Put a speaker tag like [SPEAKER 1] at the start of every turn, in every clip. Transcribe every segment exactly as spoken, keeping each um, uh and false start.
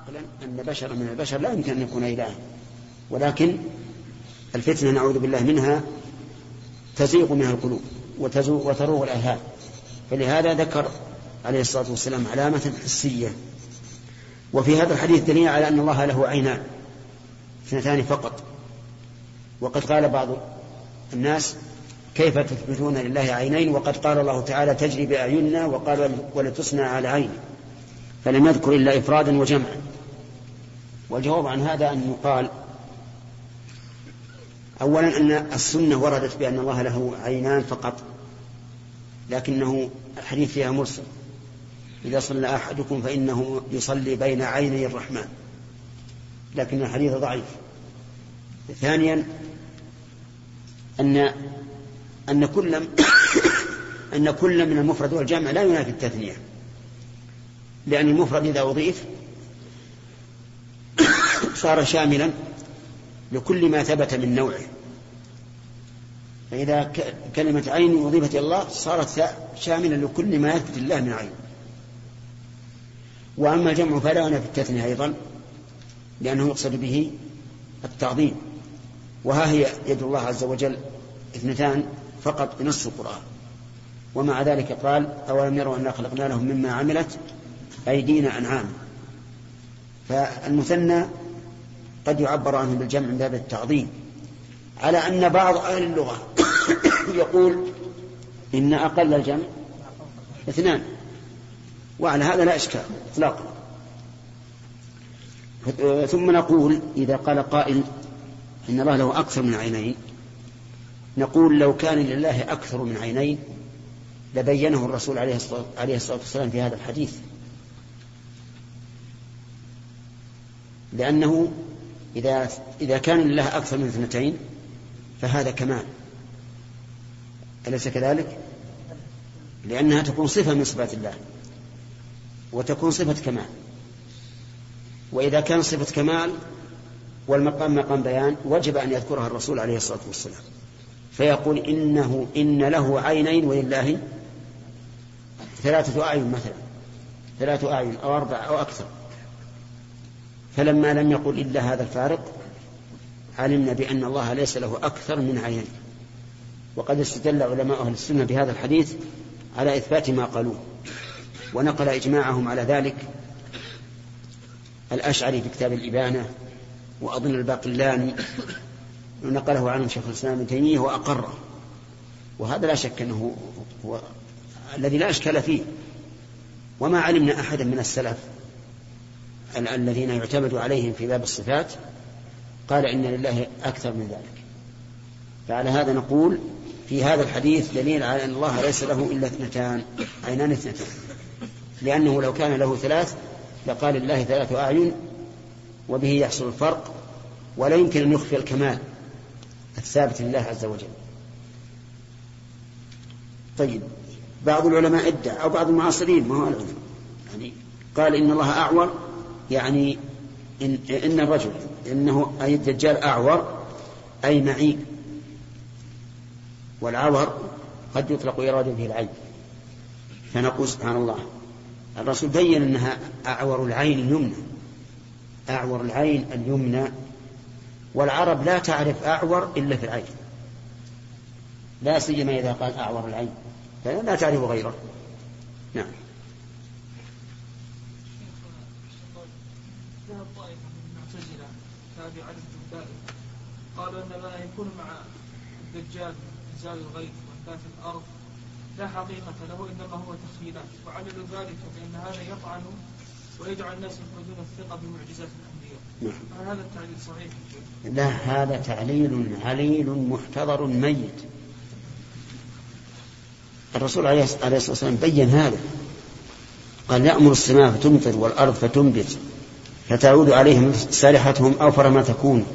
[SPEAKER 1] عقلا أن بشرا من البشر لا يمكن أن يكون إلها، ولكن الفتنة نعوذ بالله منها تزيغ منها القلوب وتروغ الأذهان، فلهذا ذكر عليه الصلاة والسلام علامة حسية. وفي هذا الحديث دليل على أن الله له عينان اثنتان فقط. وقد قال بعض الناس كيف تثبتون لله عينين وقد قال الله تعالى تجري بأعيننا وقال ولتصنع على عيني، فلم يذكر إلا إفرادا وجمعا. والجواب عن هذا أن يقال أولا أن السنة وردت بأن الله له عينان فقط، لكنه الحديث فيها مرسل، إذا صلى أحدكم فإنه يصلي بين عيني الرحمن، لكن الحديث ضعيف. ثانيا أن أن كل أن كل من المفرد والجمع لا ينافي التثنية، لأن المفرد إذا أضيف صار شاملا لكل ما ثبت من نوعه، فإذا كلمة عين أضيفت إلى الله صارت شاملا لكل ما يثبت الله من عين. وأما الجمع فلا ينافي التثنية أيضا، لأنه يقصد به التعظيم، وها هي يد الله عز وجل اثنتان فقط بنص القرآن. ومع ذلك قال أولم يروا أنا خلقنا لهم مما عملت أيدينا أنعام. فالمثنى قد يعبر عنه بالجمع من باب التعظيم، على أن بعض أهل اللغة يقول إن أقل الجمع اثنان، وعلى هذا لا إشكال إطلاقا. ثم نقول إذا قال قائل إن الله له أكثر من عينين، نقول لو كان لله أكثر من عينين لبينه الرسول عليه الصلاة والسلام في هذا الحديث، لأنه إذا إذا كان لله أكثر من اثنتين فهذا كمال، أليس كذلك؟ لأنها تكون صفة من صفات الله وتكون صفة كمال، وإذا كان صفة كمال والمقام مقام بيان وجب أن يذكرها الرسول عليه الصلاة والسلام، فيقول إنه إن له عينين ولله ثلاثة أعين مثلا، ثلاثة أعين أو أربعة أو أكثر. فلما لم يقل إلا هذا الفارق علمنا بأن الله ليس له أكثر من عينين. وقد استدل علماء أهل السنة بهذا الحديث على إثبات ما قالوه، ونقل إجماعهم على ذلك الأشعري في كتاب الإبانة، وأظن الباقلاني نقله عنه شيخ الإسلام ابن تيمية وأقره. وهذا لا شك أنه هو الذي لا أشكال فيه. وما علمنا أحدا من السلف الذين يعتمد عليهم في باب الصفات قال إن لله أكثر من ذلك. فعلى هذا نقول في هذا الحديث دليل على أن الله ليس له إلا اثنتان، عينان اثنتان، لأنه لو كان له ثلاث لقال لله ثلاث أعين، وبه يحصل الفرق، ولا يمكن أن يخفي الكمال الثابت لله عز وجل. طيب، بعض العلماء ادعى أو بعض المعاصرين ما هو يعني قال إن الله أعور، يعني إن, إن الرجل إنه أي الدجال أعور أي معيب، والعور قد يطلق إرادة به العين. فنقول سبحان الله، الرسول بين أنها أعور العين اليمنى، أعور العين اليمنى، والعرب لا تعرف أعور إلا في العين، لا سيما إذا قال أعور العين فلا تعرف غيره. نعم.
[SPEAKER 2] ذهب طائفة من المعتزلة تابعة للجهداء قالوا أن ما يكون مع الدجال إنزال الغيث وإنبات الأرض لا حقيقة له، إنما هو تخيلات، وعللوا ذلك بأن هذا يطعن ويجعل الناس يفقدون الثقة بمعجزات الأنبياء. نعم. هذا التعليل صحيح؟
[SPEAKER 1] لا، هذا تعليل عليل محتضر ميت. الرسول عليه الصلاة والسلام بين هذا، قال يأمر السماء فتمطر والأرض فتنبت فتعود عليهم سالحتهم أوفر ما تكون،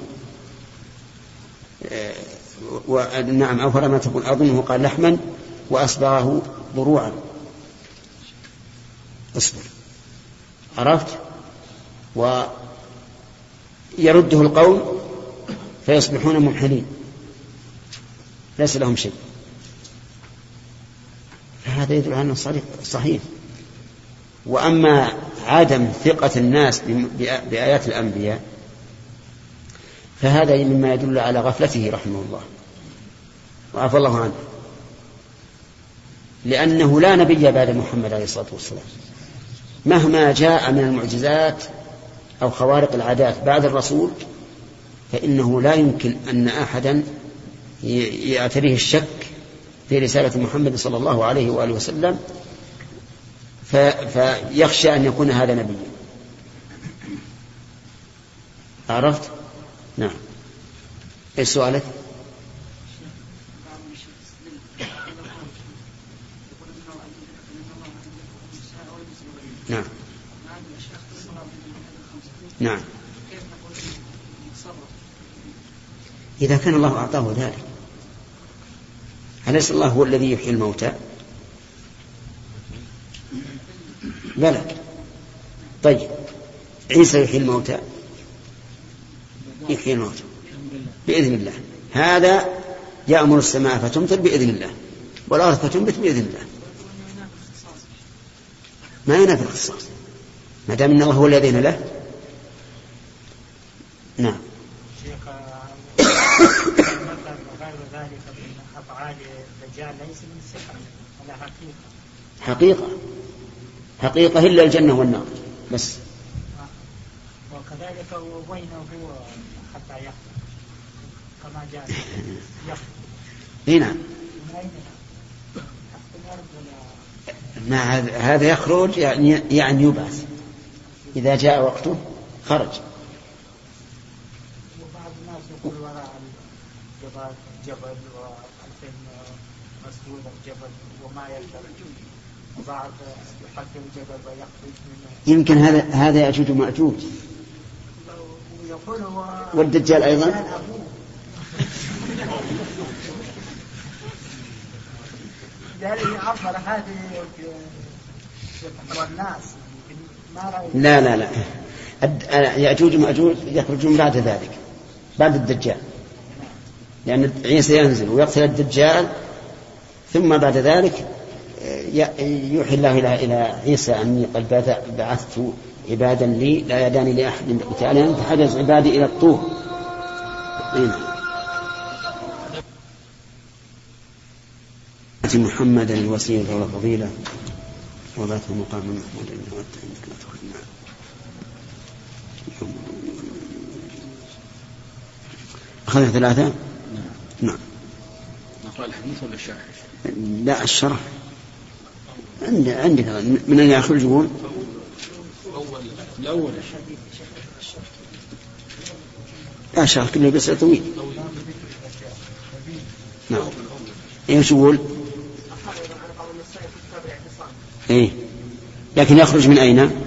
[SPEAKER 1] ونعم أوفر ما تكون، أظنه قال لحما وأصبغه ضروعا. اصبر، عرفت؟ ويرده القوم فيصبحون ممحلين ليس لهم شيء. فهذا يدل على أنه صحيح. وأما عدم ثقة الناس بآيات الأنبياء فهذا مما يدل على غفلته رحمه الله وعفى الله عنه، لأنه لا نبي بعد محمد عليه الصلاة والسلام، مهما جاء من المعجزات أو خوارق العادات بعد الرسول فإنه لا يمكن أن أحدا يعتريه الشك في رسالة محمد صلى الله عليه وآله وسلم فيخشى أن يكون هذا نبيا. عرفت؟ نعم. ايش سؤالك؟ نعم نعم. إذا كان الله أعطاه ذلك، أليس الله هو الذي يحيي الموتى؟ بلى. طيب عيسى يحيي الموتى؟ يحيي الموتى بإذن الله. هذا يأمر السماء فتمطر بإذن الله والأرض فتنبت بإذن الله. ما ينافي الاختصاص ما دام ان الله هو الذي أذن له. نعم.
[SPEAKER 3] وغير ذلك من أفعال الدجال ليس من السحر ولا حقيقة.
[SPEAKER 1] حقيقة حقيقة إلا الجنة والنار بس.
[SPEAKER 3] وكذلك وبينه حتى يخرج كما جاء يخرج.
[SPEAKER 1] نعم. ما هذا يخرج يعني يعني يبعث إذا جاء وقته خرج.
[SPEAKER 3] وبعض الناس يقول وراء الجبل جبل وألفين مسجود الجبل وما يقدر، وبعض يحط الجبل ويخرج منه.
[SPEAKER 1] يمكن هذا هذا يأجوج ومأجوج والدجال أيضا. لا لا لا يأجوج ومأجوج يخرجون بعد ذلك بعد الدجال، لأن عيسى ينزل ويقتل الدجال ثم بعد ذلك يوحي الله إلى عيسى أني قد بعثت عبادا لي لا يداني لأحد بقتالهم فحجز عبادي إلى الطور. محمدا الوسيلة والفضيلة وبعثه مقام محمود أخذنا ثلاثة. نعم.
[SPEAKER 4] نقرأ الحديث ولا الشرح؟
[SPEAKER 1] لا الشرح عندي عندك من اللي يخرجون
[SPEAKER 4] أول الأول
[SPEAKER 1] لا شرح كله بس طويل. نعم. ايش يقول؟ ايه لكن يخرج من اين؟
[SPEAKER 2] انه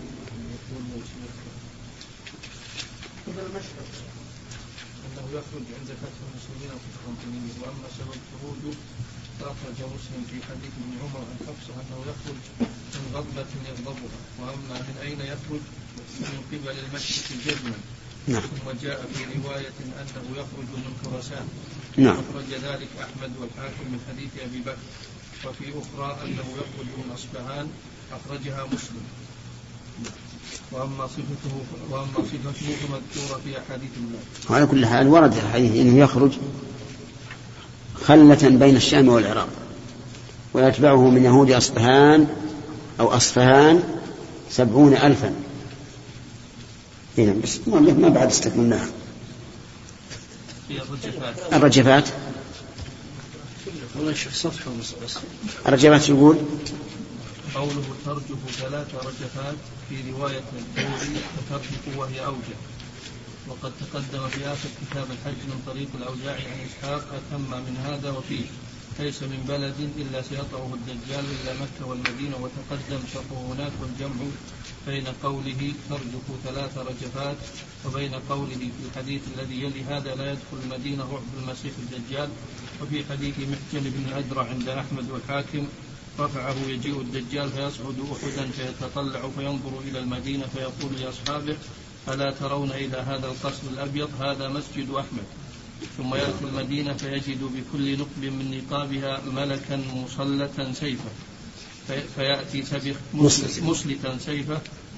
[SPEAKER 2] يخرج عند فتح المسلمين وفتح. واما سبب خروجه فاخرج مسلم في حديث ابن عمر عن حفصه انه يخرج من غضبة يغضبها. واما من اين يخرج من قبل المشرق جزما.
[SPEAKER 1] نعم.
[SPEAKER 2] ثم جاء في رواية انه يخرج من خراسان.
[SPEAKER 1] نعم.
[SPEAKER 2] أخرج ذلك أحمد والحاكم من حديث أبي بكر. وفي أخرى أنه يخرج من أصبهان أخرجها مسلم. وأما صفته وأما صفته فمذكورة في أحاديث الله.
[SPEAKER 1] وعلى كل حال ورد في الحديث أنه يخرج خلة بين الشام والعراق ويتبعه من يهود أصبهان أو أصفهان سبعون ألفا. إذن بس ما بعد استكملناها. الرجفات الرجفات يقول
[SPEAKER 2] قوله ترجف ثلاث رجفات في رواية الثوري وترجف وهي أوجه. وقد تقدم في آخر كتاب الحج من طريق الأوزاعي عن إسحاق أتم من هذا وفيه ليس من بلد إلا سيطعه الدجال إلا مكة والمدينة وتقدم شرحه هناك والجمع بين قوله ترجف ثلاث رجفات وبين قوله في الحديث الذي يلي هذا لا يدخل المدينة رعب المسيح الدجال. وفي حديث محجن بن الأدرع عند أحمد والحاكم رفعه يجيء الدجال فيصعد أحدا فيتطلع فينظر إلى المدينة فيقول لأصحابه ألا ترون إلى هذا القصر الأبيض هذا مسجد أحمد. ثم يأتي المدينة فيجد بكل نقب من نقابها ملكا مسلتا سيفا فيأتي سبخ مسلتا سيفه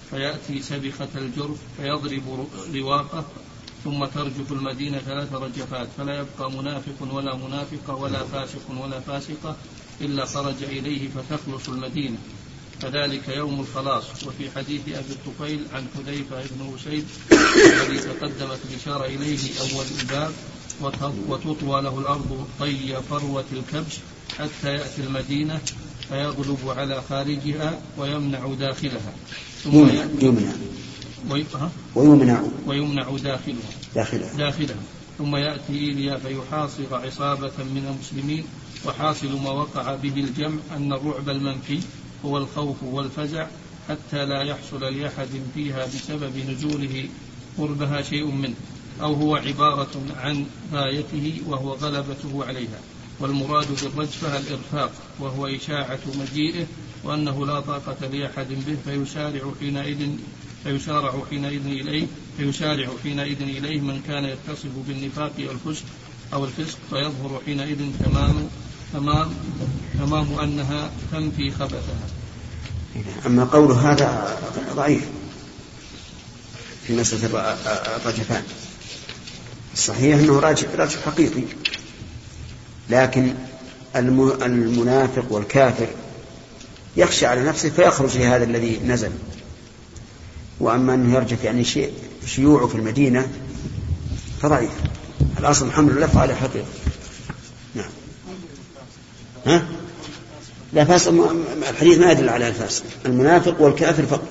[SPEAKER 5] فيأتي سبخة الجرف فيضرب رواقه ثم ترجف المدينة ثلاث رجفات فلا يبقى منافق ولا منافقة ولا فاسق ولا فاسقة إلا خرج إليه فتخلص المدينة، فذلك يوم الخلاص. وفي حديث أبي الطفيل عن حذيفة بن أسيد الذي تقدمت الإشارة إليه أول الباب: وتطوى له الأرض طي فروة الكبش حتى يأتي المدينة فيغلب على خارجها ويمنع داخلها ثم
[SPEAKER 1] يمنع
[SPEAKER 5] ويمنع ويمنع داخلها
[SPEAKER 1] داخلها,
[SPEAKER 5] داخلها ثم يأتي إيليا فيحاصر عصابة من المسلمين. وحاصل ما وقع به الجمع أن الرعب المنفي هو الخوف والفزع حتى لا يحصل لأحد فيها بسبب نزوله قربها شيء منه، أو هو عبارة عن غايته وهو غلبته عليها. والمراد بالرجفة الإرفاق وهو إشاعة مجيئه وأنه لا طاقة لأحد به فيسارع حينئذ فيسارع حينئذ إليه فيسارع حينئذ إليه من كان يتصف بالنفاق أو الفسق أو الفسق فيظهر حينئذ تمام تمام تمام أنها تنفي خبثها.
[SPEAKER 1] أما قول هذا ضعيف في مسألة الرجفان، الصحيح أنه راجح حقيقي، لكن المنافق والكافر يخشى على نفسه فيخرج لهذا الذي نزل. وأما أنه يرجف يعني شيء شيوعه في المدينة فضعيف، الأصل الحمد لله فعل حقيقي. نعم. ها؟ لا فاسق، الحديث ما يدل على الفاسق، المنافق والكافر فقط.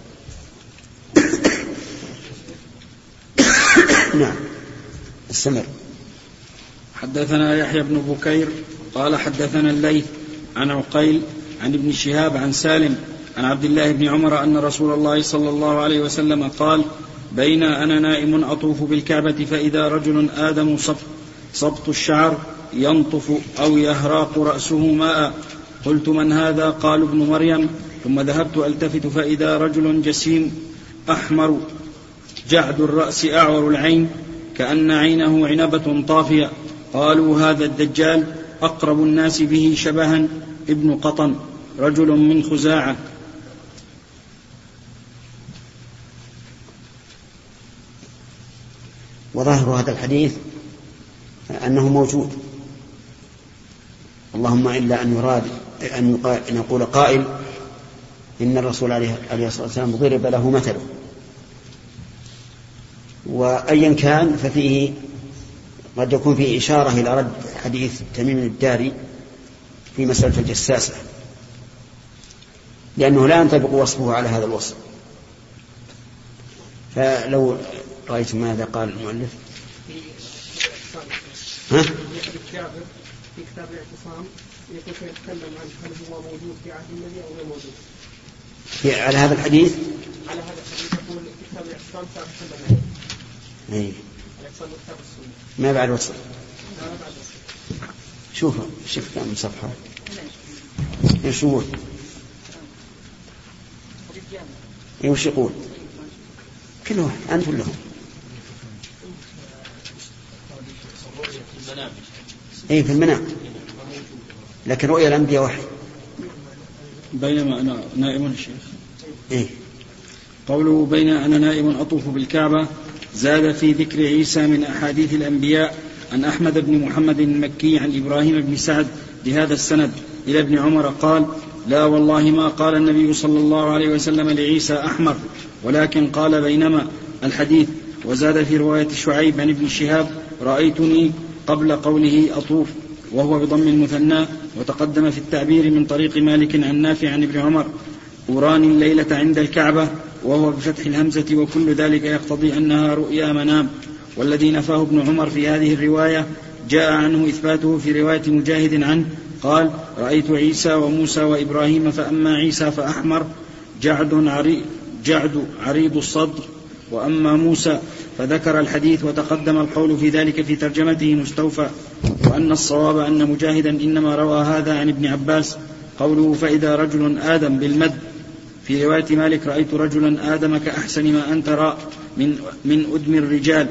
[SPEAKER 1] نعم. استمر.
[SPEAKER 6] حدثنا يحيى بن بكير قال حدثنا الليث عن عقيل عن ابن شهاب عن سالم عن عبد الله بن عمر أن رسول الله صلى الله عليه وسلم قال: بين أنا نائم أطوف بالكعبة فإذا رجل آدم صبط, صبط الشعر ينطف أو يهراق رأسه ماء، قلت: من هذا؟ قال: ابن مريم. ثم ذهبت ألتفت فإذا رجل جسيم أحمر جعد الرأس أعور العين كأن عينه عنبة طافية، قالوا: هذا الدجال، أقرب الناس به شبها ابن قطن رجل من خزاعة.
[SPEAKER 1] وظاهر هذا الحديث أنه موجود، اللهم إلا أن يراد أن يقول قائل إن الرسول عليه الصلاة والسلام ضرب له مثله، وأيا كان ففيه قد يكون فيه إشارة إلى رد حديث تميم الداري في مسألة الجساسة، لأنه لا ينطبق وصفه على هذا الوصف. فلو رأيت ماذا قال المؤلف ها؟
[SPEAKER 2] في كتاب الاعتصام يكون يتكلم عن هل هو موجود في عهد النبي أو غير موجود
[SPEAKER 1] في على هذا الحديث.
[SPEAKER 2] على هذا الحديث يقول كتاب الاعتصام سأتكلم عنه.
[SPEAKER 1] إيه. ما بعد وصل. شوف شوف كم صفحة. إيش يقول؟ إيه وش يقول؟ كل واحد أنت لهم. إيه في المنام، لكن رؤيا الأنبياء وحي.
[SPEAKER 6] بينما أنا نائم الشيخ.
[SPEAKER 1] إيه.
[SPEAKER 6] قوله بين أنا نائم أطوف بالكعبة زاد في ذكر عيسى من أحاديث الأنبياء عن أحمد بن محمد المكي عن إبراهيم بن سعد بهذا السند إلى ابن عمر قال: لا والله ما قال النبي صلى الله عليه وسلم لعيسى أحمر، ولكن قال بينما الحديث. وزاد في رواية شعيب عن ابن شهاب: رأيتني قبل قوله أطوف، وهو بضم المثنى، وتقدم في التعبير من طريق مالك عن نافع عن ابن عمر: أراني الليلة عند الكعبة، وهو بفتح الهمزة، وكل ذلك يقتضي أنها رؤيا منام. والذي نفاه ابن عمر في هذه الرواية جاء عنه إثباته في رواية مجاهد عنه قال: رأيت عيسى وموسى وإبراهيم، فأما عيسى فأحمر جعد, عري جعد عريض الصدر، وأما موسى فذكر الحديث، وتقدم القول في ذلك في ترجمته مستوفى. وأن الصواب أن مجاهدا إنما روى هذا عن ابن عباس. قوله فإذا رجل آدم بالمد في رواية مالك: رأيت رجلا آدم كأحسن ما أنت رأى من, من أدم الرجال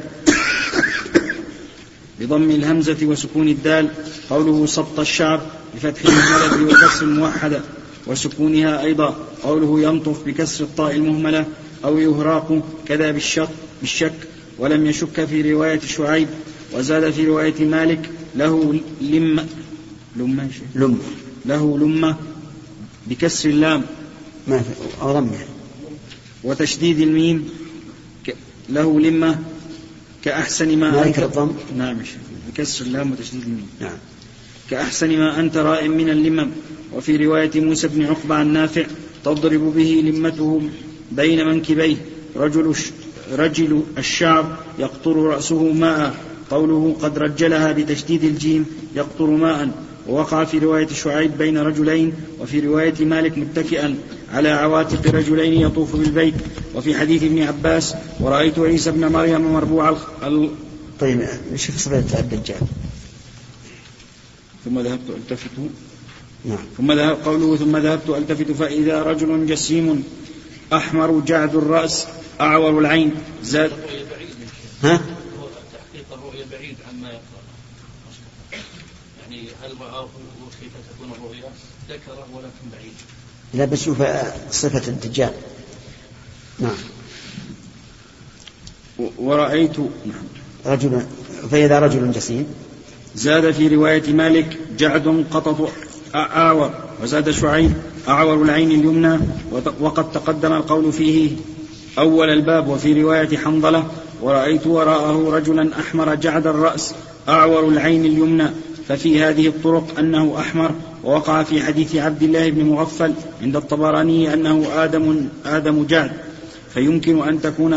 [SPEAKER 6] بضم الهمزة وسكون الدال. قوله سبط الشعر بفتح المهملة وكسر الموحدة وسكونها أيضا. قوله ينطف بكسر الطاء المهملة أو يهراق كذا بالشك, بالشك ولم يشك في رواية شعيب. وزاد في رواية مالك له لم لم
[SPEAKER 1] لم
[SPEAKER 6] له لمة بكسر اللام
[SPEAKER 1] ما أو ضمه
[SPEAKER 6] وتشديد الميم له لمة كأحسن ما أنت
[SPEAKER 1] الضم.
[SPEAKER 6] نعم بكسر اللام وتشديد الميم
[SPEAKER 1] نعم.
[SPEAKER 6] كأحسن ما أنت رائم من اللمم. وفي رواية موسى بن عقبة عن نافع تضرب به لمته بين منكبيه رجل, رجل الشعر يقطر رأسه ماء. قوله قد رجلها بتشديد الجيم يقطر ماء. ووقع في رواية شعيب بين رجلين. وفي رواية مالك متكئا على عواتق رجلين يطوف بالبيت. وفي حديث ابن عباس ورأيت عيسى بن مريم مربوع ال...
[SPEAKER 1] طيب شوف صفة الدجال.
[SPEAKER 6] ثم ذهبت ألتفت
[SPEAKER 1] نعم.
[SPEAKER 6] ثم ذهب قوله ثم ذهبت ألتفت فإذا رجل جسيم أحمر جعد الرأس أعور العين. زاد
[SPEAKER 1] ها؟
[SPEAKER 5] تحقيق الرؤية بعيد عما يقرأ، يعني هل رآه كيف تكون الرؤيا ذكره ولكن بعيد.
[SPEAKER 1] لا بس شوف صفة الدجال. نعم.
[SPEAKER 6] ورأيت
[SPEAKER 1] رجل فإذا رجل جسيم.
[SPEAKER 6] زاد في رواية مالك جعد قطط أعور. وزاد شعيب أعور العين اليمنى. وقد تقدم القول فيه أول الباب. وفي رواية حنظلة ورأيت وراءه رجلا أحمر جعد الرأس أعور العين اليمنى. ففي هذه الطرق أنه أحمر. ووقع في حديث عبد الله بن مغفل عند الطبراني أنه آدم, آدم جعد. فيمكن أن تكون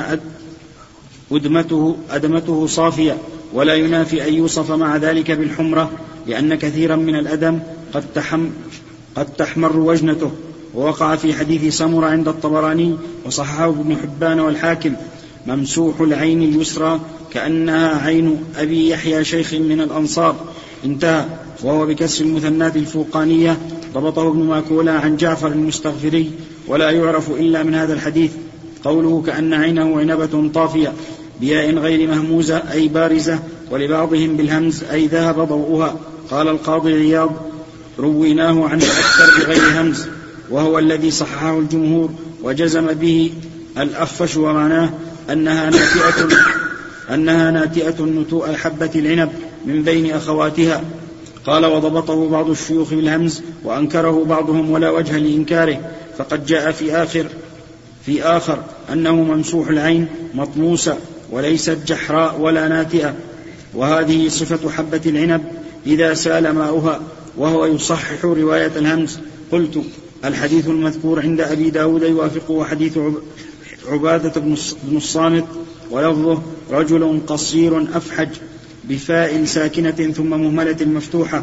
[SPEAKER 6] أدمته, أدمته صافية ولا ينافي أن يوصف مع ذلك بالحمرة لأن كثيرا من الأدم قد, تحم قد تحمر وجنته. ووقع في حديث سمر عند الطبراني وصححه ابن حبان والحاكم ممسوح العين اليسرى كأنها عين أبي يحيى شيخ من الأنصار. انتهى. وهو بكسر المثنات الفوقانية. ضبطه ابن ماكولا عن جعفر المستغفري ولا يعرف إلا من هذا الحديث. قوله كأن عينه عنبة طافية بياء غير مهموزة أي بارزة. ولبعضهم بالهمز أي ذهب ضوءها. قال القاضي عياض رويناه عن الأكثر بغير همز وهو الذي صححه الجمهور وجزم به الأخفش ومعناه أنها ناتئة, أنها ناتئة نتوء حبة العنب من بين أخواتها. قال وضبطه بعض الشيوخ بالهمز وأنكره بعضهم ولا وجه لإنكاره. فقد جاء في آخر في آخر أنه ممسوح العين مطموسة وليست جحراء ولا ناتئة. وهذه صفة حبة العنب إذا سال ماؤها. وهو يصحح رواية الهمز. قلت الحديث المذكور عند أبي داود يوافقه حديث عبادة بن الصامت ولفظه رجل قصير أفحج بفاء ساكنة ثم مهملة مفتوحة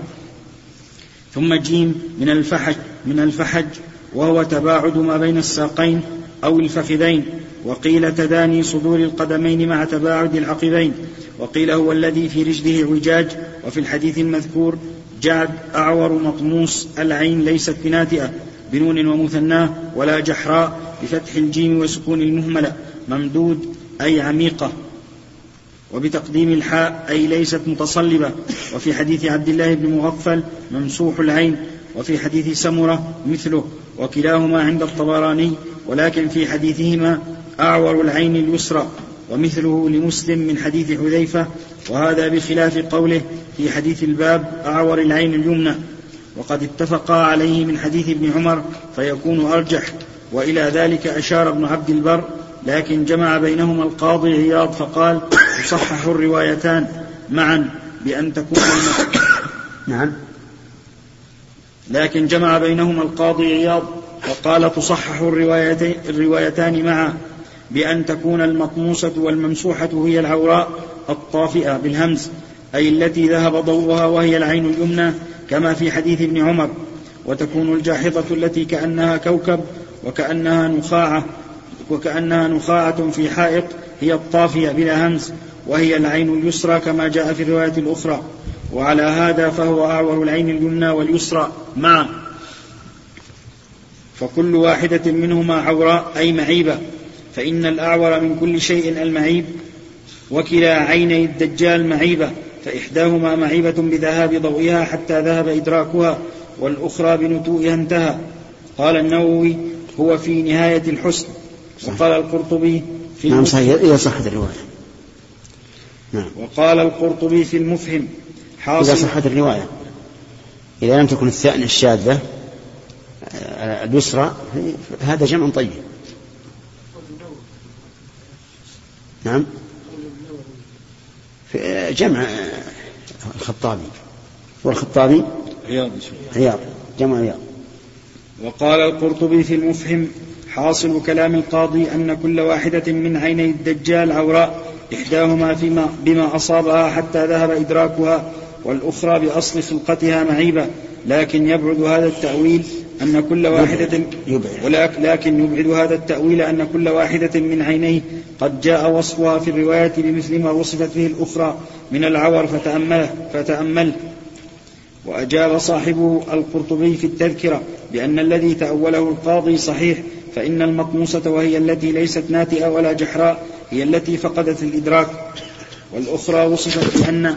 [SPEAKER 6] ثم جيم من الفحج, من الفحج وهو تباعد ما بين الساقين أو الفخذين. وقيل تداني صدور القدمين مع تباعد العقبين. وقيل هو الذي في رجله عجاج. وفي الحديث المذكور جعد أعور مطموس العين ليست بناتئة بنون ومثناه ولا جحراء بفتح الجيم وسكون المهملة ممدود أي عميقة وبتقديم الحاء أي ليست متصلبة. وفي حديث عبد الله بن مغفل ممسوح العين. وفي حديث سمرة مثله. وكلاهما عند الطبراني ولكن في حديثهما أعور العين اليسرى. ومثله لمسلم من حديث حذيفة. وهذا بخلاف قوله في حديث الباب أعور العين اليمنى. وقد اتفقا عليه من حديث ابن عمر فيكون أرجح. وإلى ذلك أشار ابن عبد البر لكن جمع بينهما القاضي عياض فقال تصحح الروايتان معا بأن تكون
[SPEAKER 1] نعم
[SPEAKER 6] لكن جمع بينهما القاضي عياض فقال تصحح الروايتان معا بأن تكون المطموسة والممسوحة هي العوراء الطافئة بالهمز أي التي ذهب ضوءها وهي العين اليمنى كما في حديث ابن عمر. وتكون الجاحظة التي كأنها كوكب وكأنها نخاعة وكأنها نخاعة في حائط هي الطافية بلا همز وهي العين اليسرى كما جاء في الرواية الأخرى. وعلى هذا فهو أعور العين اليمنى واليسرى معا. فكل واحدة منهما عوراء أي معيبة. فإن الأعور من كل شيء المعيب. وكلا عيني الدجال معيبة فإحداهما معيبة بذهاب ضوئها حتى ذهب إدراكها والأخرى بنتوئها انتهى. قال النووي هو في نهاية الحسن وقال القرطبي في
[SPEAKER 1] نعم صحيح إذا صحت الرواية. نعم.
[SPEAKER 6] وقال القرطبي في المفهم حاصل
[SPEAKER 1] إذا صحت الرواية، إذا لم تكن الثانية الشاذة اليسرى هذا جمع طيب. نعم في جمع الخطابي والخطابي
[SPEAKER 6] عياض
[SPEAKER 1] عياض جمع عياض.
[SPEAKER 6] وقال القرطبي في المفهم حاصل كلام القاضي أن كل واحدة من عيني الدجال عوراء، إحداهما فيما بما أصابها حتى ذهب إدراكها، والأخرى بأصل خلقتها معيبة، لكن يبعد هذا التأويل أن كل واحدة لكن يبعد هذا التأويل أن كل واحدة من عينيه قد جاء وصفها في الرواية بمثل ما وصفت به الأخرى من العور فتأمل, فتأمل. وأجاب صاحبه القرطبي في التذكرة بأن الذي تأوله القاضي صحيح، فإن المطموسة وهي التي ليست ناتئة ولا جحراء هي التي فقدت الإدراك، والأخرى وصفت بأن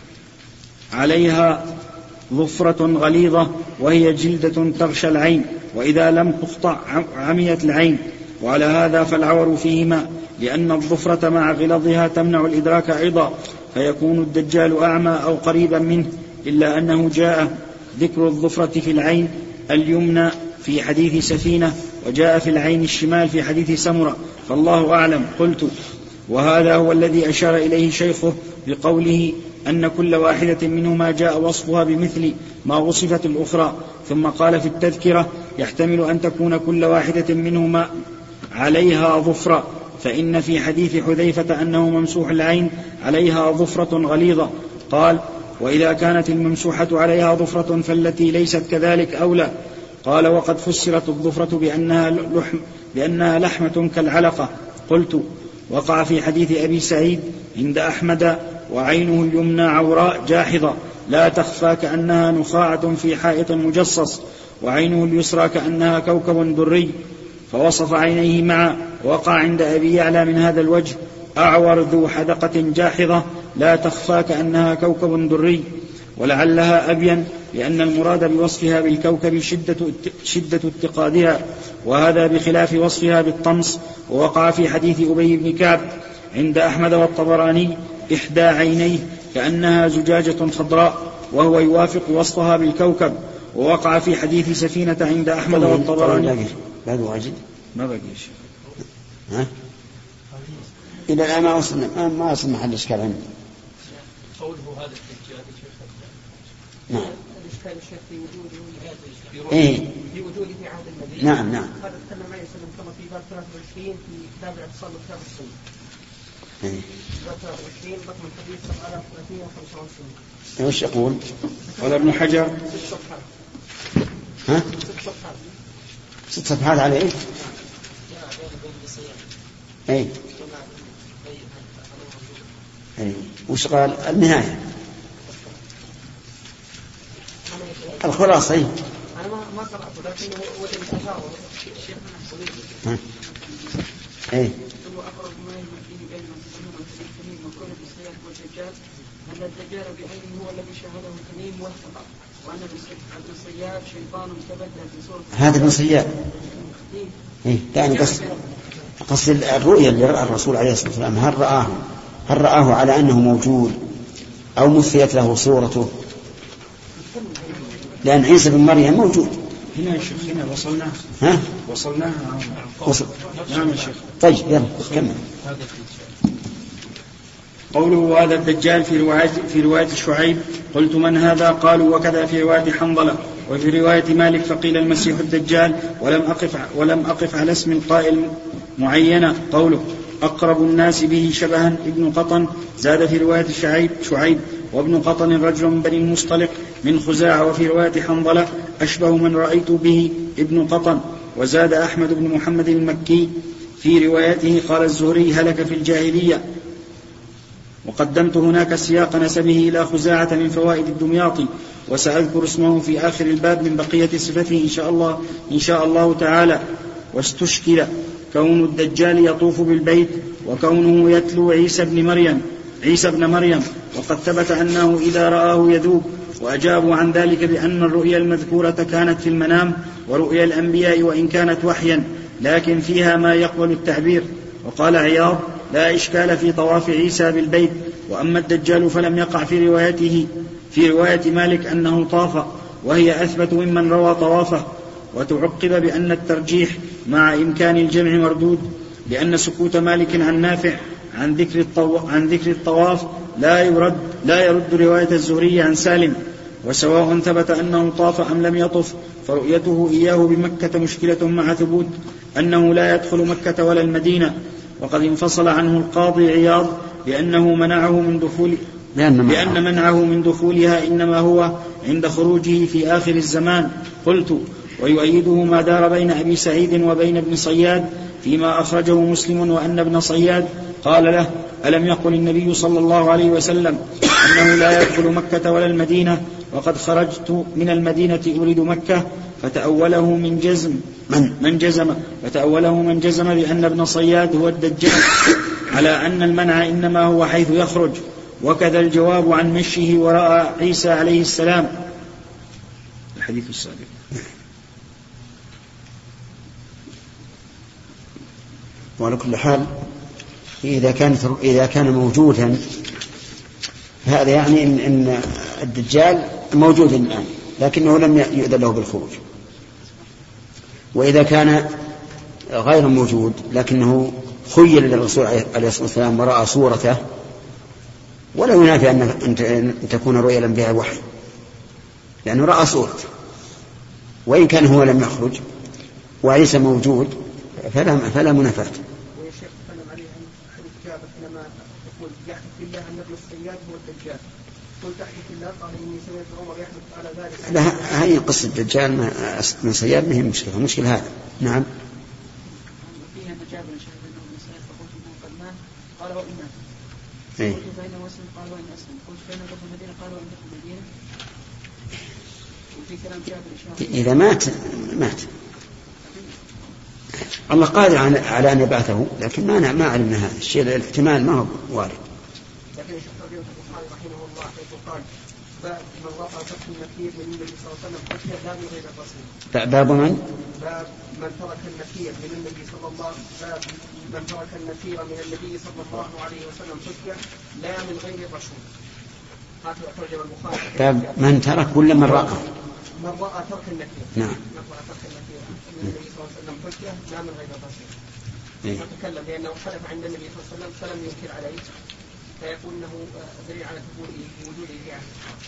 [SPEAKER 6] عليها ظفرة غليظة وهي جلدة تغشى العين، وإذا لم تقطع عميت العين، وعلى هذا فالعور فيهما، لأن الظفرة مع غلظها تمنع الإدراك أيضا، فيكون الدجال أعمى أو قريبا منه، إلا أنه جاء ذكر الظفرة في العين اليمنى في حديث سفينة، وجاء في العين الشمال في حديث سمرة، فالله أعلم. قلت وهذا هو الذي أشار إليه شيخه بقوله أن كل واحدة منهما جاء وصفها بمثل ما وصفت الأخرى، ثم قال في التذكرة يحتمل أن تكون كل واحدة منهما عليها ظفرة، فإن في حديث حذيفة أنه ممسوح العين عليها ظفرة غليظة. قال وإذا كانت الممسوحة عليها ظفرة فالتي ليست كذلك أولى. قال وقد فسرت الظفرة بأنها, لحم بأنها لحمة كالعلقة. قلت وقع في حديث أبي سعيد عند أحمد وعينه اليمنى عوراء جاحظة لا تخفى كأنها نخاعة في حائط مجصص، وعينه اليسرى كأنها كوكب دري، فوصف عينيه معا. وقع عند أبي يعلى من هذا الوجه أعور ذو حدقة جاحظة لا تخفى كأنها كوكب دري، ولعلها أبين لأن المراد بوصفها بالكوكب شدة, شدة اتقادها، وهذا بخلاف وصفها بالطمس. ووقع في حديث أبي بن كعب عند أحمد والطبراني إحدى عينيه كأنها زجاجة خضراء، وهو يوافق وصفها بالكوكب. ووقع في حديث سفينة عند أحمد والطبراني.
[SPEAKER 1] بعد واجد
[SPEAKER 6] ما بقي شيء
[SPEAKER 1] ها إلى الآن ما وصلنا ما وصل محل إشكال عندي.
[SPEAKER 5] قوله هذا الدجال
[SPEAKER 1] نعم
[SPEAKER 7] الإشكال الشيخ في وجوده
[SPEAKER 1] إيه
[SPEAKER 7] في وجوده في عهد النبي.
[SPEAKER 1] نعم نعم
[SPEAKER 7] هذا تكلم عليه وسلم كما في باب ثلاثة وعشرين في كتاب الاعتصام وكتاب السنة.
[SPEAKER 1] إيه
[SPEAKER 7] باب ثلاثة وعشرين رقم الحديث سبعة آلاف وثلاثمائة وخمسة وعشرين.
[SPEAKER 1] وش يقول؟
[SPEAKER 6] قال ابن حجر
[SPEAKER 7] ست صفحات.
[SPEAKER 1] ها؟
[SPEAKER 7] ست صفحات.
[SPEAKER 1] ست صفحات على إيه؟ إيه إيه وش قال؟ النهاية الخلاصة. إيه
[SPEAKER 7] أنا ما ما قرأته لكنه وجد أثاره الشيخ من الحديث.
[SPEAKER 1] إيه
[SPEAKER 7] ثم أقرب ما يجب فيه علما تسمى الكريم وكون بالسياح والدجال أن الدجال بعينه هو الذي شاهده الكريم والثقة، وأن ابن صياد شيطان تبدل في صورة
[SPEAKER 1] هذا ابن صياد. إيه يعني قصد قصد الرؤيا اللي رأى الرسول عليه الصلاة والسلام هل رآه هل رآه على أنه موجود أو مثلت له صورته؟ لأن عيسى بن مريم موجود
[SPEAKER 6] هنا يا شيخ. هنا وصلنا
[SPEAKER 1] ها
[SPEAKER 6] وصلنا
[SPEAKER 1] وصل.
[SPEAKER 6] نعم يا شيخ.
[SPEAKER 1] طيب يلا كمل.
[SPEAKER 6] قوله هذا الدجال في رواية في رواية شعيب. قلت من هذا؟ قالوا وكذا في رواية حنظلة، وفي رواية مالك فقيل المسيح الدجال، ولم أقف ولم أقف على اسم القائل معينة. قوله أقرب الناس به شبها ابن قطن، زاد في رواية شعيب شعيب وابن قطن رجل من بني المصطلق من خزاعة، وفي رواية حنظلة أشبه من رأيت به ابن قطن. وزاد أحمد بن محمد المكي في روايته قال الزهري هلك في الجاهلية. وقدمت هناك سياق نسبه إلى خزاعة من فوائد الدمياطي، وسأذكر اسمه في آخر الباب من بقية صفته إن شاء الله, إن شاء الله تعالى. واستشكل كون الدجال يطوف بالبيت وكونه يتلو عيسى بن مريم عيسى بن مريم وقد ثبت أنه إذا رآه يذوب. وأجابوا عن ذلك بأن الرؤيا المذكورة كانت في المنام ورؤيا الأنبياء وإن كانت وحيا لكن فيها ما يقبل التعبير. وقال عياض: لا إشكال في طواف عيسى بالبيت، وأما الدجال فلم يقع في روايته في رواية مالك أنه طاف، وهي أثبت ممن روى طوافه. وتعقب بأن الترجيح مع إمكان الجمع مردود، لأن سكوت مالك عن نافع عن ذكر الطواف, عن ذكر الطواف لا يرد لا يرد رواية الزهري عن سالم. وسواء ثبت أنه طاف أم لم يطف، فرؤيته إياه بمكة مشكلة مع ثبوت أنه لا يدخل مكة ولا المدينة. وقد انفصل عنه القاضي عياض بأنه منعه من دخول لأن منعه من دخولها إنما هو عند خروجه في آخر الزمان. قلت: ويؤيده ما دار بين أبي سعيد وبين ابن صياد فيما أخرجه مسلم، وأن ابن صياد قال له: ألم يقل النبي صلى الله عليه وسلم أنه لا يدخل مكة ولا المدينة، وقد خرجت من المدينة أريد مكة؟ فتأوله من جزم من, من جزم فتأوله من جزم بأن ابن صياد هو الدجال، على أن المنع إنما هو حيث يخرج. وكذا الجواب عن مشيه وراء عيسى عليه السلام. الحديث السابق.
[SPEAKER 1] وعلى كل حال إذا كان إذا كان موجودا هذا يعني إن, إن الدجال موجود الآن لكنه لم يؤذن له بالخروج. وإذا كان غير موجود لكنه خيل للرسول عليه الصلاة والسلام ورأى صورته، ولا ينافي أن تكون رؤيا الأنبياء وحي، لأنه رأى صورته، وإن كان هو لم يخرج وعيسى موجود فلا, فلا منافاة.
[SPEAKER 8] ويشيخ تكلم عليه عن حديث جابر حينما يقول يحلف بالله أن ابن الصياد هو الدجال، قلت أحلف بالله قال إني سمعت عمر يحلف على ذلك.
[SPEAKER 1] لا، هذه قصة الدجال من صياد ما هي مشكلة، مشكلة هذا. نعم.
[SPEAKER 7] فيها أن جابر شهد أنه ابن صياد فقلت إنه قد مات قال وإن مات. قلت فإنه أسلم قال وإن أسلم. قلت فإنه دخل المدينة قال وإن دخل المدينة. وفي كلام جابر إشارة
[SPEAKER 1] إذا مات مات الله قادر على أن يبعثه، لكن ما ما علمنا هذا الشيء، الاحتمال ما هو وارد.
[SPEAKER 8] لكن الشيخ البخاري رحمه الله حيث قال: باب من رفع ترك النكير من النبي صلى الله عليه وسلم حتى لا من غير الرسول.
[SPEAKER 1] باب من؟
[SPEAKER 8] باب من ترك النكير من النبي صلى الله باب من ترك النكير من النبي صلى الله عليه وسلم حجة لا من غير الرسول. هكذا ترجم البخاري.
[SPEAKER 1] باب من ترك ولا من رأى؟
[SPEAKER 8] من رأى ترك النكير.
[SPEAKER 1] نعم.
[SPEAKER 8] من رأى ترك النكير من النبي صلى الله عليه وسلم حجة لا من غير الرسول. وتكلم لأنه حدث عند النبي صلى الله عليه وسلم فلم ينكر عليه، فيكون له دليل على وجوده في عهده.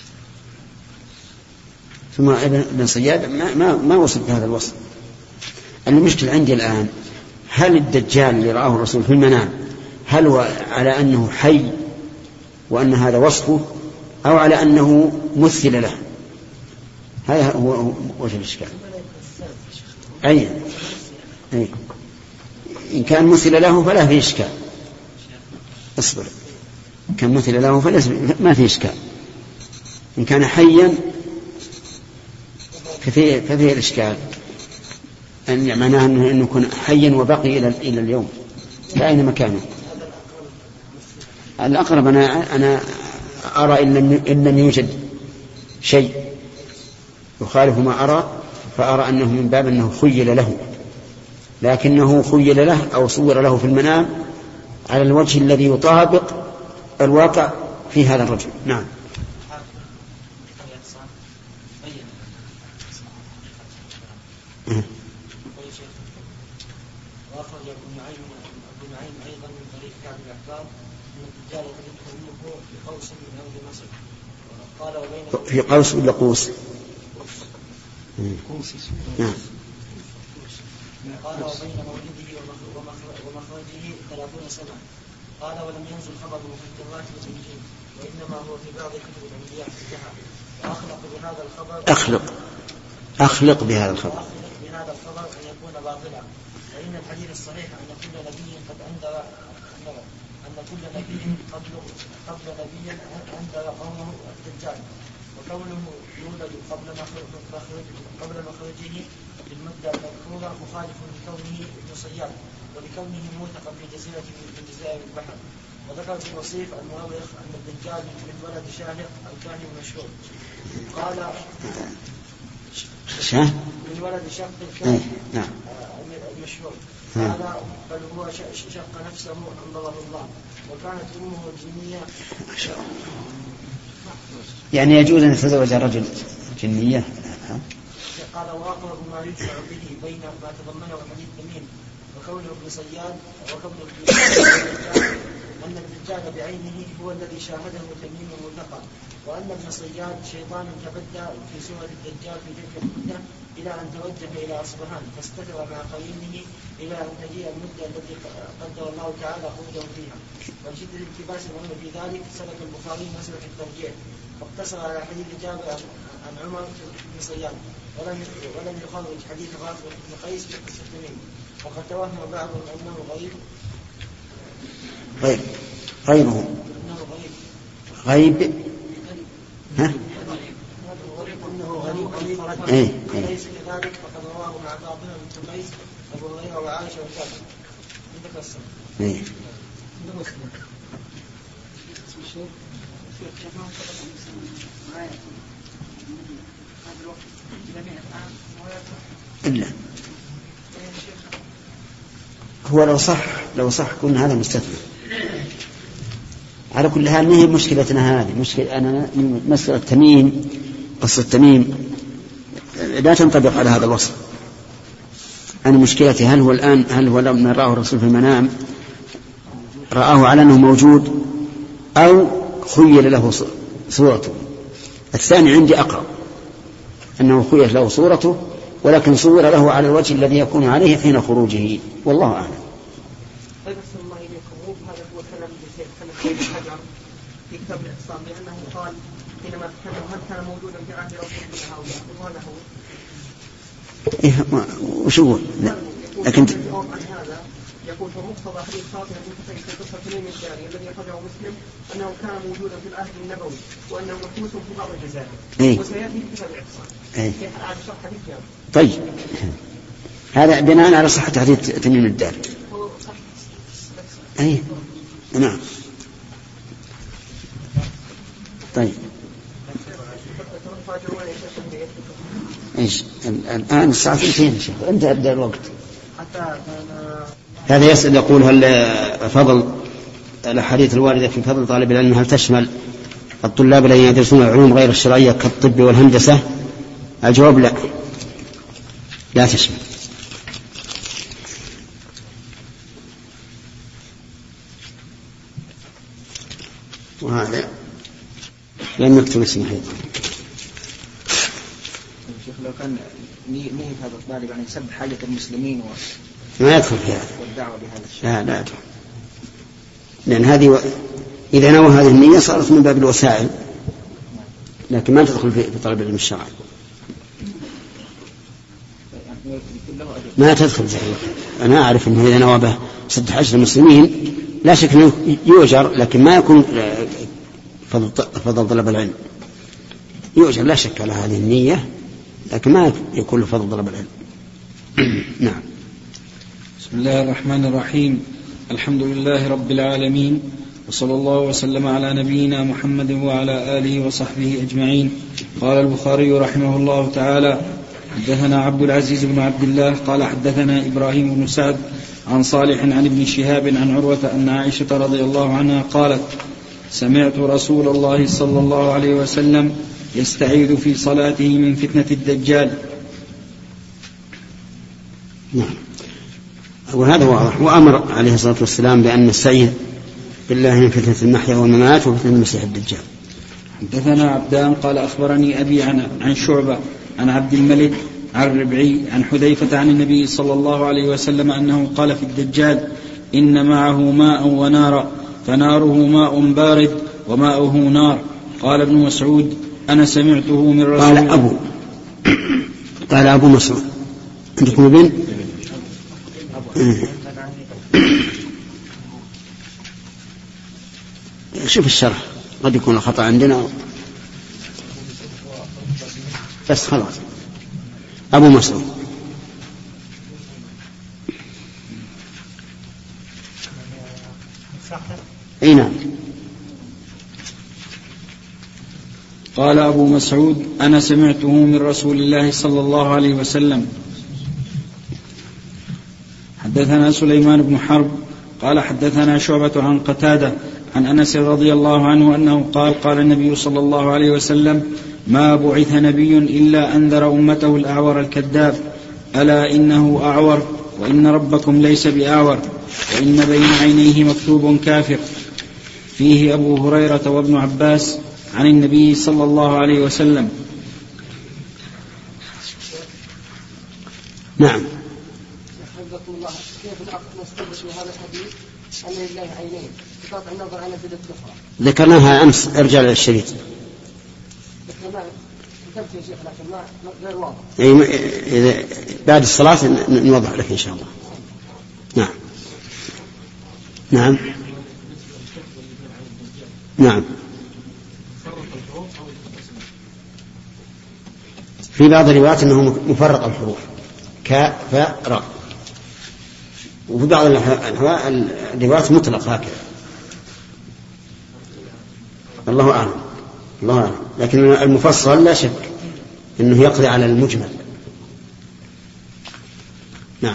[SPEAKER 1] ثم ابن صياد ما ما ما وصف بهذا الوصف. المشكلة عندي الآن، هل الدجال اللي رآه الرسول في المنام هل هو على أنه حي وأن هذا وصفه، أو على أنه مثل له؟ هذا هو وجه الإشكال. أي أي إن كان مثل له فلا فيه إشكال. اصبر، إن كان مثل له فلا ما فيه إشكال. إن كان حيا ففيه, ففيه الإشكال، أن معناه أنه يكون حيا وبقي إلى إلى اليوم. فأين مكانه؟ الأقرب أنا أنا أرى إن لم يوجد شيء يخالف ما أرى، فأرى أنه من باب أنه خيل له، لكنه خيل له أو صور له في المنام على الوجه الذي يطابق الواقع في هذا الرجل. نعم.
[SPEAKER 3] وأخرج ابن نعيم ابن نعيم أيضا من طريق كعب بن الأحبار أن الدجال قد يدخل في قوس من أرض مصر. قال وبينه
[SPEAKER 1] في قوس ولا قوس؟ نعم.
[SPEAKER 3] قال وبين مولده ومخرجه ثلاثون سنة. قال ولم ينزل خبر في التوراة والإنجيل، وإنما هو في بعض كتب الأنبياء في الجهة. وأخلق بهذا الخبر
[SPEAKER 1] أخلق أخلق بهذا الخبر
[SPEAKER 3] وأخلق بهذا الخبر أن يكون باطلا، فإن الحديث الصحيح أن كل نبي قد أنذر أن كل نبي قبل قبل نبي أنذر قومه الدجال، وكونه يولد قبل مخرج قبل مخرجه بالمدة المذكورة مخالف لكونه ابن صياد ولكونه موثقا في جزيرة من جزائر البحر. وذكر في الوصيف المؤرخ أن الدجال من ولد شاهق الكاهن المشهور. قال
[SPEAKER 1] شه؟
[SPEAKER 3] من ولد شق
[SPEAKER 1] ايه نعم
[SPEAKER 3] المشهور هذا بل هو شق نفسه انظره الله وكانت امه جنيه.
[SPEAKER 1] ما شاء الله. يعني يجوز ان يتزوج الرجل جنيه.
[SPEAKER 3] قال واقرب ما يدفع به بين ما تضمنه الحديث الثمين وكونه ابن صياد وكونه ابن صياد أن الدجال بعينه هو الذي شاهده تميم الملتقى وأن ابن صياد شيطان تبدى في سورة الدجال في تلك المدة إلى أن توجه إلى أصبهان فاستتر مع قرينه إلى أن تجيء المدة التي قدر الله تعالى خروجه فيها. وشدة الالتباس المهم في ذلك سلك البخاري مسلك الترجيح واقتصر على حديث جابر عن عمر بن صياد ولم ولم يخرج حديث رافع بن قيس في قصة تميم وقد توهم بعضهم أنه غيب
[SPEAKER 1] غيب غيره غيب ها؟
[SPEAKER 3] أنه غريب غريب
[SPEAKER 1] إيه
[SPEAKER 3] ليس كذلك فقد رواه مع فاطمة بنت قيس أبو هريرة وعائشة وكذا عندك السنة.
[SPEAKER 1] إيه إلا هو لو صح لو صح كنا هذا مستثنى. على كل حال ما هي مشكلتنا هذه مشكلة أنا مسألة تميم قصة تميم لا تنطبق على هذا الوصف. أنا مشكلتي هل هو الآن هل هو لما رآه الرسول في المنام رآه على أنه موجود أو خيل له صورته. الثاني عندي أقرب أنه خيل له صورته ولكن صور له على الوجه الذي يكون عليه حين خروجه والله أعلم.
[SPEAKER 8] أحسن الله إليكم هذا هو كلام ابن حجر في كتاب الاعتصام لأنه قال حينما تكلم هل كان موجودا في عهد رسول الله أو لا وهذا هو
[SPEAKER 1] إيه ما وشو لكن
[SPEAKER 8] عن هذا يقول فمقتضى حديث فاطمة بنت قيس في قصة تميم الداري الذي أخرجه مسلم أنه كان موجودا في العهد النبوي وأنه محبوس في بعض الجزائر
[SPEAKER 1] إيه؟
[SPEAKER 8] وسيأتي في كتاب الاعتصام.
[SPEAKER 1] إيه؟
[SPEAKER 8] كيف على شرح حديث يعني؟
[SPEAKER 1] طيب هذا بناء على صحة حديث تميم الداري. أي نعم. طيب إيش الآن الساعة اثنتين يا شيخ أنت أبدأ الوقت. هذا يسأل يقول هل فضل الأحاديث الواردة في فضل طالب العلم هل تشمل الطلاب الذين يدرسون العلوم غير الشرعية كالطب والهندسة؟ الجواب لا لا تشمل. وهذا لم يكتب اسمه أيضا.
[SPEAKER 3] شيخ لو كان نية هذا الطالب يعني يسبب حاجة المسلمين و...
[SPEAKER 1] ما يدخل في هذا
[SPEAKER 3] والدعوة بهذا الشيء.
[SPEAKER 1] لا لا يدخل لأن هذه و... إذا نوى هذه النية صارت من باب الوسائل لكن ما تدخل في طلب العلم الشرعي. ما تدخل زي أنا أعرف أنه إذا نوى به صد عشر المسلمين لا شك أنه يؤجر لكن ما يكون فضل, فضل طلب العلم. يؤجر لا شك على هذه النية لكن ما يكون فضل طلب العلم. نعم.
[SPEAKER 6] بسم الله الرحمن الرحيم. الحمد لله رب العالمين وصلى الله وسلم على نبينا محمد وعلى آله وصحبه أجمعين. قال البخاري رحمه الله تعالى حدثنا عبد العزيز بن عبد الله قال حدثنا إبراهيم بن سعد عن صالح عن ابن شهاب عن عروة أن عائشة رضي الله عنها قالت سمعت رسول الله صلى الله عليه وسلم يستعيذ في صلاته من فتنة الدجال.
[SPEAKER 1] نعم. وهذا واضح. وأمر عليه الصلاة والسلام بأن نستعيذ بالله من فتنة المحيا والممات وفتنة المسيح الدجال.
[SPEAKER 6] حدثنا عبدان قال أخبرني أبي عن, عن شعبة عن عبد الملك عن ربعي عن حذيفة عن النبي صلى الله عليه وسلم أنه قال في الدجال إن معه ماء ونارا فناره ماء بارد وماؤه نار. قال ابن مسعود أنا سمعته من رسول
[SPEAKER 1] قال أبو قال أبو مسعود عندكم ابن شوف الشرح قد يكون الخطأ عندنا بس خلاص أبو مسعود. أي نعم.
[SPEAKER 6] قال أبو مسعود: أنا سمعته من رسول الله صلى الله عليه وسلم. حدثنا سليمان بن حرب قال حدثنا شعبة عن قتادة عن أنس رضي الله عنه أنه قال: قال النبي صلى الله عليه وسلم: ما بعث نبي إلا أنذر أمته الأعور الكذاب، ألا إنه أعور وإن ربكم ليس بأعور وإن بين عينيه مكتوب كافر. فيه أبو هريرة وابن عباس عن النبي صلى الله عليه وسلم.
[SPEAKER 1] نعم.
[SPEAKER 8] حفظكم الله، كيف نستنبط في هذا الحديث أن لله عينين بقطع النظر عن الأدلة الأخرى؟
[SPEAKER 1] ذكرناها أمس، ارجع للشريط.
[SPEAKER 8] كتبت يا شيخ لكن ما غير واضح.
[SPEAKER 1] إذا بعد الصلاة نوضح لك إن شاء الله. نعم. نعم. نعم. في بعض الروايات أنه مفرق الحروف كاء فاء راء، وفي بعض الروايات مطلق هكذا. الله أعلم، الله أعلم، لكن المفصل لا شك أنه يقضي على المجمل. نعم.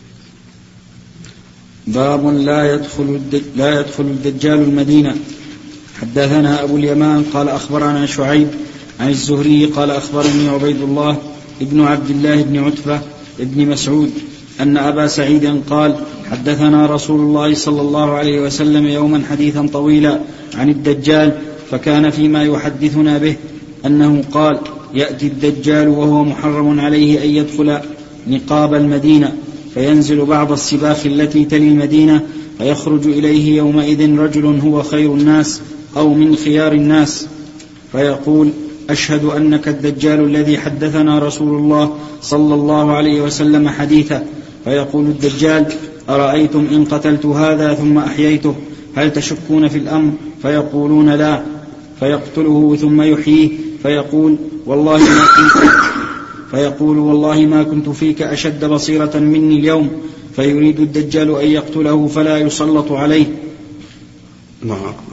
[SPEAKER 6] باب لا يدخل لا يدخل الدجال المدينة. حدثنا أبو اليمان قال أخبرنا شعيب عن الزهري قال أخبرني عبيد الله ابن عبد الله بن عتبة ابن مسعود أن أبا سعيد قال: حدثنا رسول الله صلى الله عليه وسلم يوما حديثا طويلا عن الدجال، فكان فيما يحدثنا به أنه قال: يأتي الدجال وهو محرم عليه أن يدخل نقاب المدينة، فينزل بعض السباخ التي تلي المدينة، فيخرج إليه يومئذ رجل هو خير الناس أو من خيار الناس، فيقول: أشهد أنك الدجال الذي حدثنا رسول الله صلى الله عليه وسلم حديثا. فيقول الدجال: أرأيتم إن قتلت هذا ثم أحييته هل تشكون في الأمر؟ فيقولون: لا. فيقتله ثم يحييه، فيقول: والله ما كنت فيقول والله ما كنت فيك أشد بصيرة مني اليوم. فيريد الدجال أن يقتله فلا يسلط عليه.
[SPEAKER 1] الله أكبر.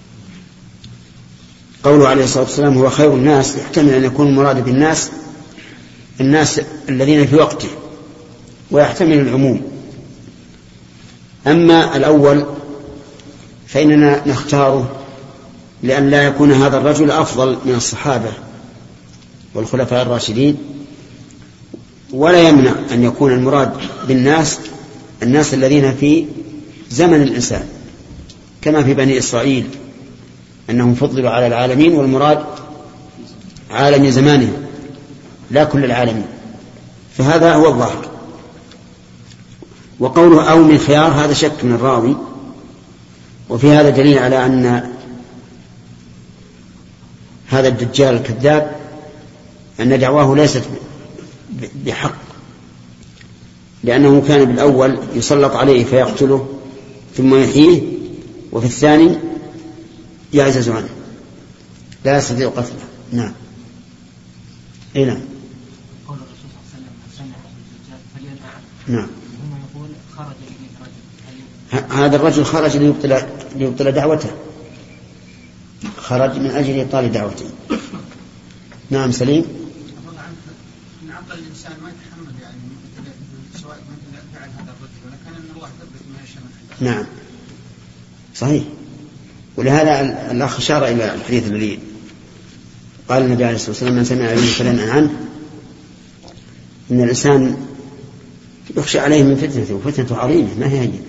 [SPEAKER 1] قوله عليه الصلاة والسلام هو خير الناس يحتمل أن يكون المراد بالناس الناس الذين في وقته، ويحتمل العموم. أما الأول فإننا نختاره لأن لا يكون هذا الرجل أفضل من الصحابة والخلفاء الراشدين، ولا يمنع أن يكون المراد بالناس الناس الذين في زمن الإنسان، كما في بني إسرائيل أنهم فضلوا على العالمين، والمراد عالم زمانهم لا كل العالمين، فهذا هو الظاهر. وقوله أو من خيار هذا شك من الراوي، وفي هذا دليل على أن هذا الدجال الكذاب أن دعواه ليست بحق، لأنه كان بالأول يسلط عليه فيقتله ثم يحييه، وفي الثاني يعزز عنه لا يستطيع قتله. نعم. إيه نعم.
[SPEAKER 3] قول الرسول صلى الله عليه وسلم سمع الدجال فليدعه.
[SPEAKER 1] نعم.
[SPEAKER 3] ثم يقول خرج إليه رجل.
[SPEAKER 1] هذا الرجل خرج ليبطل ليبطل دعوته، خرج من أجل إبطال دعوته. نعم. سليم.
[SPEAKER 4] من عقل الإنسان ما يتحمل يعني سواء من فعل هذا الرجل، ولكن أن الله يثبت ما يشاء.
[SPEAKER 1] نعم صحيح. ولهذا الأخ أشار إلى الحديث الذي قال النبي عليه الصلاة والسلام: من سمع به فلينأ عنه. إن الإنسان يخشى عليه من فتنته، وفتنته عظيمة ما هي هينة.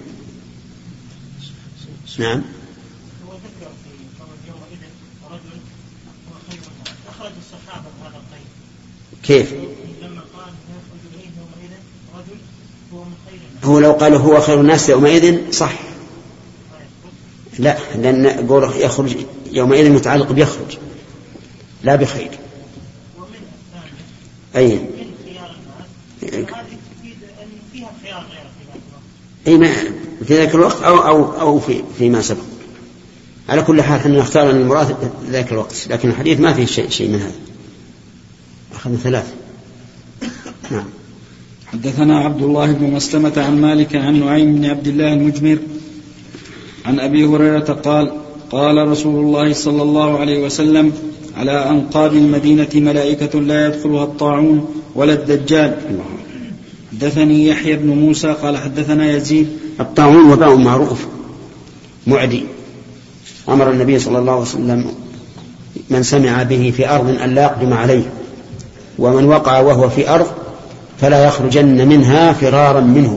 [SPEAKER 1] نعم.
[SPEAKER 9] هو ذكر في قول يومئذ رجل هو خير الناس، أخرج الصحابة هذا القيد.
[SPEAKER 1] كيف؟
[SPEAKER 9] لما قال يخرج إليه يومئذ رجل هو من خير الناس.
[SPEAKER 1] هو لو قال هو خير الناس يومئذ صح، لا، لأن قوله يخرج يومئذ متعلق بيخرج لا بخير.
[SPEAKER 9] ومن الثاني
[SPEAKER 1] أي
[SPEAKER 9] من خيار الناس، هذه تفيد أن فيها خيار غير في
[SPEAKER 1] أي ما في ذاك الوقت أو أو أو في فيما سبق. على كل حال احنا نختار أن المراد ذاك الوقت، لكن الحديث ما فيه شيء شيء من هذا. أخذنا ثلاث. نعم.
[SPEAKER 6] حدثنا عبد الله بن مسلمة عن مالك عن نعيم بن عبد الله المجمر عن أبي هريرة قال: قال رسول الله صلى الله عليه وسلم: على أنقاب المدينة ملائكة لا يدخلها الطاعون ولا الدجال. حدثني يحيى بن موسى قال حدثنا يزيد.
[SPEAKER 1] الطاعون وباء معروف معدي، أمر النبي صلى الله عليه وسلم من سمع به في أرض أن لا يقدم عليه، ومن وقع وهو في أرض فلا يخرجن منها فرارا منه.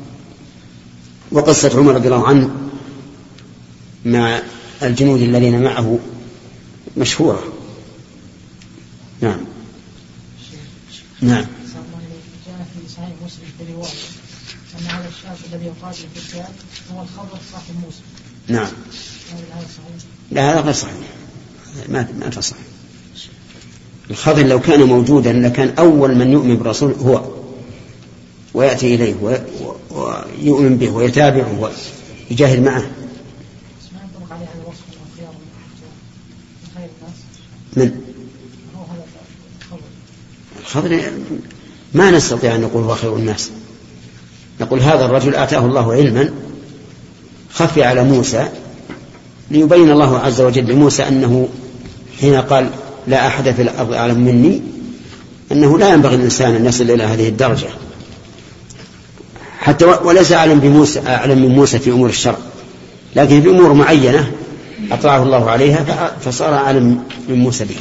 [SPEAKER 1] وقصة عمر رضي الله عنه مع الجنود الذين معه مشهورة. نعم نعم.
[SPEAKER 9] جاء في صحيح مسلم في رواية أن هذا الشاب الذي يقاتل في الدجال هو الخضر صاحب موسى.
[SPEAKER 1] نعم. لا هذا غير صحيح، ما ما تصح. الخضر لو كان موجودا لكان أول من يؤمن بالرسول هو، ويأتي إليه ويؤمن به ويتابعه ويجاهد معه. من الخضر ما نستطيع أن نقول هو خير الناس، نقول هذا الرجل آتاه الله علما خفي على موسى ليبين الله عز وجل لموسى أنه حين قال لا أحد في الأرض أعلم مني أنه لا ينبغي الإنسان أن يصل إلى هذه الدرجة، حتى وليس أعلم بموسى أعلم من موسى في أمور الشرع، لكن في أمور معينة أطلعه الله عليها فصار أعلم من موسى بها.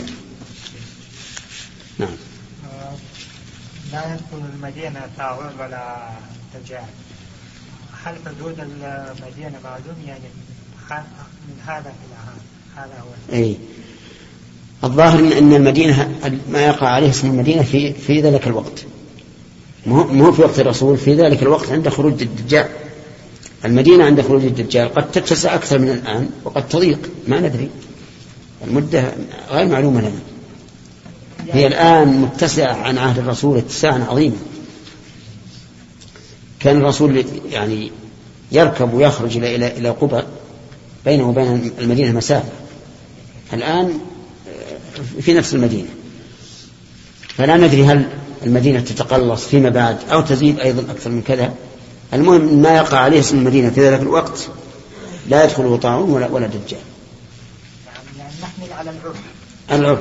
[SPEAKER 1] نعم.
[SPEAKER 10] لا يدخل المدينة طاعون ولا دجال، هل حدود المدينة معلوم يعني من هذا إلى هذا؟ هذا هو.
[SPEAKER 1] أي الظاهر أن المدينة ما يقع عليه اسم المدينة في في ذلك الوقت، مو في وقت الرسول، في ذلك الوقت عند خروج الدجال. المدينة عند خروج الدجال قد تتسع أكثر من الآن وقد تضيق، ما ندري، المدة غير معلومة لنا. هي الآن متسعة عن عهد الرسول اتساعا عظيما، كان الرسول يعني يركب ويخرج إلى إلى إلى قبى بينه وبين المدينة مسافة، الآن في نفس المدينة، فلا ندري هل المدينة تتقلص فيما بعد أو تزيد أيضا أكثر من كذا. المهم ما يقع عليه اسم المدينة في ذلك الوقت لا يدخله طاعون ولا ولا دجال.
[SPEAKER 10] يعني نحمل على العرف.
[SPEAKER 1] العرف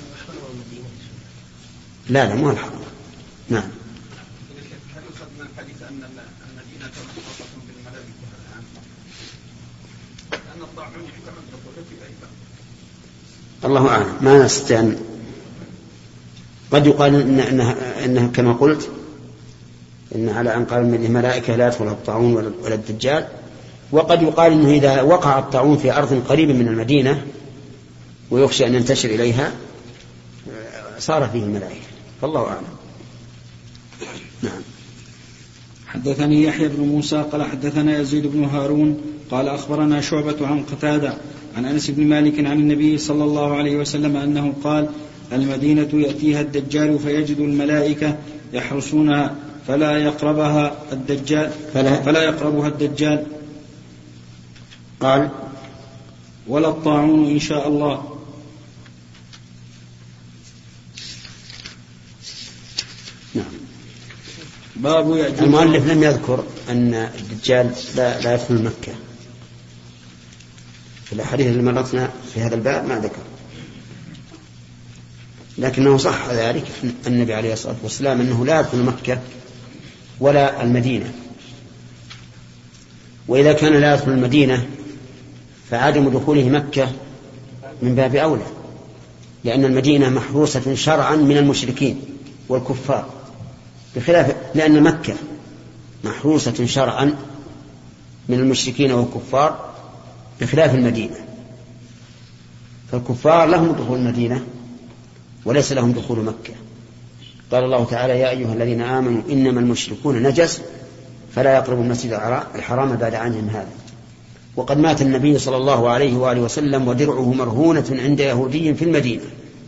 [SPEAKER 1] لا لا مو الحرام. نعم.
[SPEAKER 4] هل يؤخذ من الحديث أن المدينة مختصة بالملائكة الآن؟ لأن الطاعون يحتمل دخوله في أي باب.
[SPEAKER 1] الله أعلم، ما نستطيع أن قد يقال إن إنها إنها كما قلت إن على أنقاب الملائكة لا يدخلها الطاعون ولا الدجال، وقد يقال إنه إذا وقع الطاعون في أرض قريبة من المدينة ويخشى أن ينتشر إليها صار فيه الملائكة، فالله أعلم. نعم.
[SPEAKER 6] حدثني يحيى بن موسى قال حدثنا يزيد بن هارون قال أخبرنا شعبة عن قتادة عن أنس بن مالك عن النبي صلى الله عليه وسلم أنه قال المدينة يأتيها الدجال فيجد الملائكة يحرسونها فلا يقربها الدجال فلا, فلا يقربها الدجال
[SPEAKER 1] قال
[SPEAKER 6] ولا الطاعون إن شاء الله.
[SPEAKER 1] نعم.
[SPEAKER 6] باب يأجوج.
[SPEAKER 1] المؤلف لم يذكر أن الدجال لا, لا يدخل مكة في الأحاديث اللي مرتنا في هذا الباب، ما ذكر، لكنه صح ذلك النبي عليه الصلاة والسلام أنه لا يدخل مكة ولا المدينة. وإذا كان لا يدخل المدينة فعدم دخوله مكة من باب أولى، لأن المدينة محروسة شرعا من المشركين والكفار، بخلاف لأن مكة محروسة شرعا من المشركين والكفار بخلاف المدينة، فالكفار لهم دخول المدينة وليس لهم دخول مكة. قال الله تعالى يا أيها الذين آمنوا إنما المشركون نجس فلا يقربوا المسجد الحرام بعد عامهم هذا. وقد مات النبي صلى الله عليه وآله وسلم ودرعه مرهونة عند يهودي في المدينة،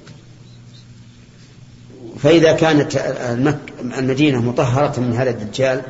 [SPEAKER 1] فإذا كانت المدينة مطهرة من هذا الدجال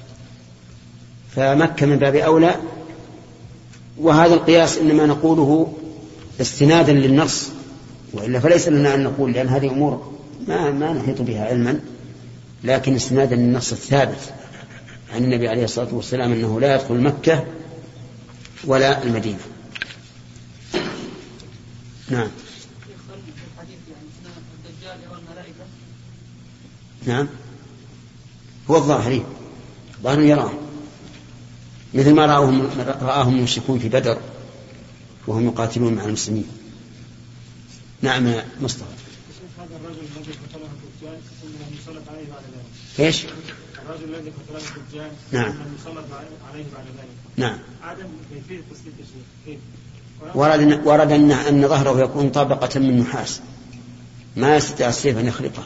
[SPEAKER 1] فمكة من باب أولى. وهذا القياس إنما نقوله استنادا للنص، وإلا فليس لنا أن نقول، لأن هذه أمور ما, ما نحيط بها علما، لكن استنادا للنص الثابت عن النبي عليه الصلاة والسلام أنه لا يدخل مكة ولا المدينة. نعم. نعم هو الظاهري ظاهر يراه مثل ما رآهم رآهم المشركون في بدر وهم يقاتلون مع المسلمين. نعم يا مصطفى.
[SPEAKER 9] هذا الرجل الذي قتله الدجال انه يسلط عليه بعد ذلك.
[SPEAKER 1] ايش؟
[SPEAKER 9] الرجل الذي قتله الدجال
[SPEAKER 1] نعم
[SPEAKER 9] انه يسلط عليه بعد ذلك.
[SPEAKER 1] نعم.
[SPEAKER 9] عدم كيفيه تسليط الشيء كيف؟
[SPEAKER 1] ورد ورد ان ان ظهره يكون طابقه من نحاس ما يستطيع السيف ان يخلقه.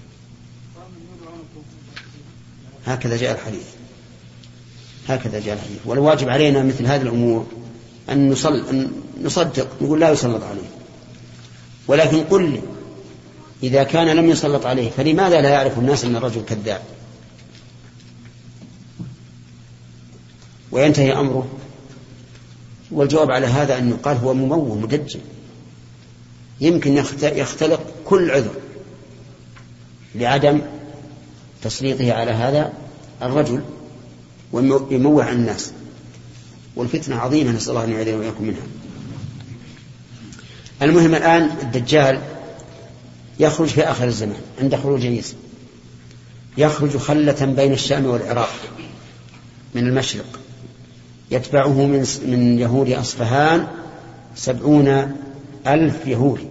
[SPEAKER 1] هكذا جاء الحديث هكذا جاء الحديث. والواجب علينا مثل هذه الأمور أن, نصل أن نصدق نقول لا يسلط عليه. ولكن قل لي إذا كان لم يسلط عليه فلماذا لا يعرف الناس أن الرجل كذاب وينتهي أمره؟ والجواب على هذا أن يقال هو مموه مدجل يمكن يختلق كل عذر لعدم تسليطه على هذا الرجل ويموه عن الناس. والفتنة عظيمة نسأل الله أن يعيذنا وإياكم منها. المهم الآن الدجال يخرج في آخر الزمان عند خروج عيسى يخرج خلة بين الشام والعراق من المشرق يتبعه من من يهود أصفهان سبعون ألف يهودي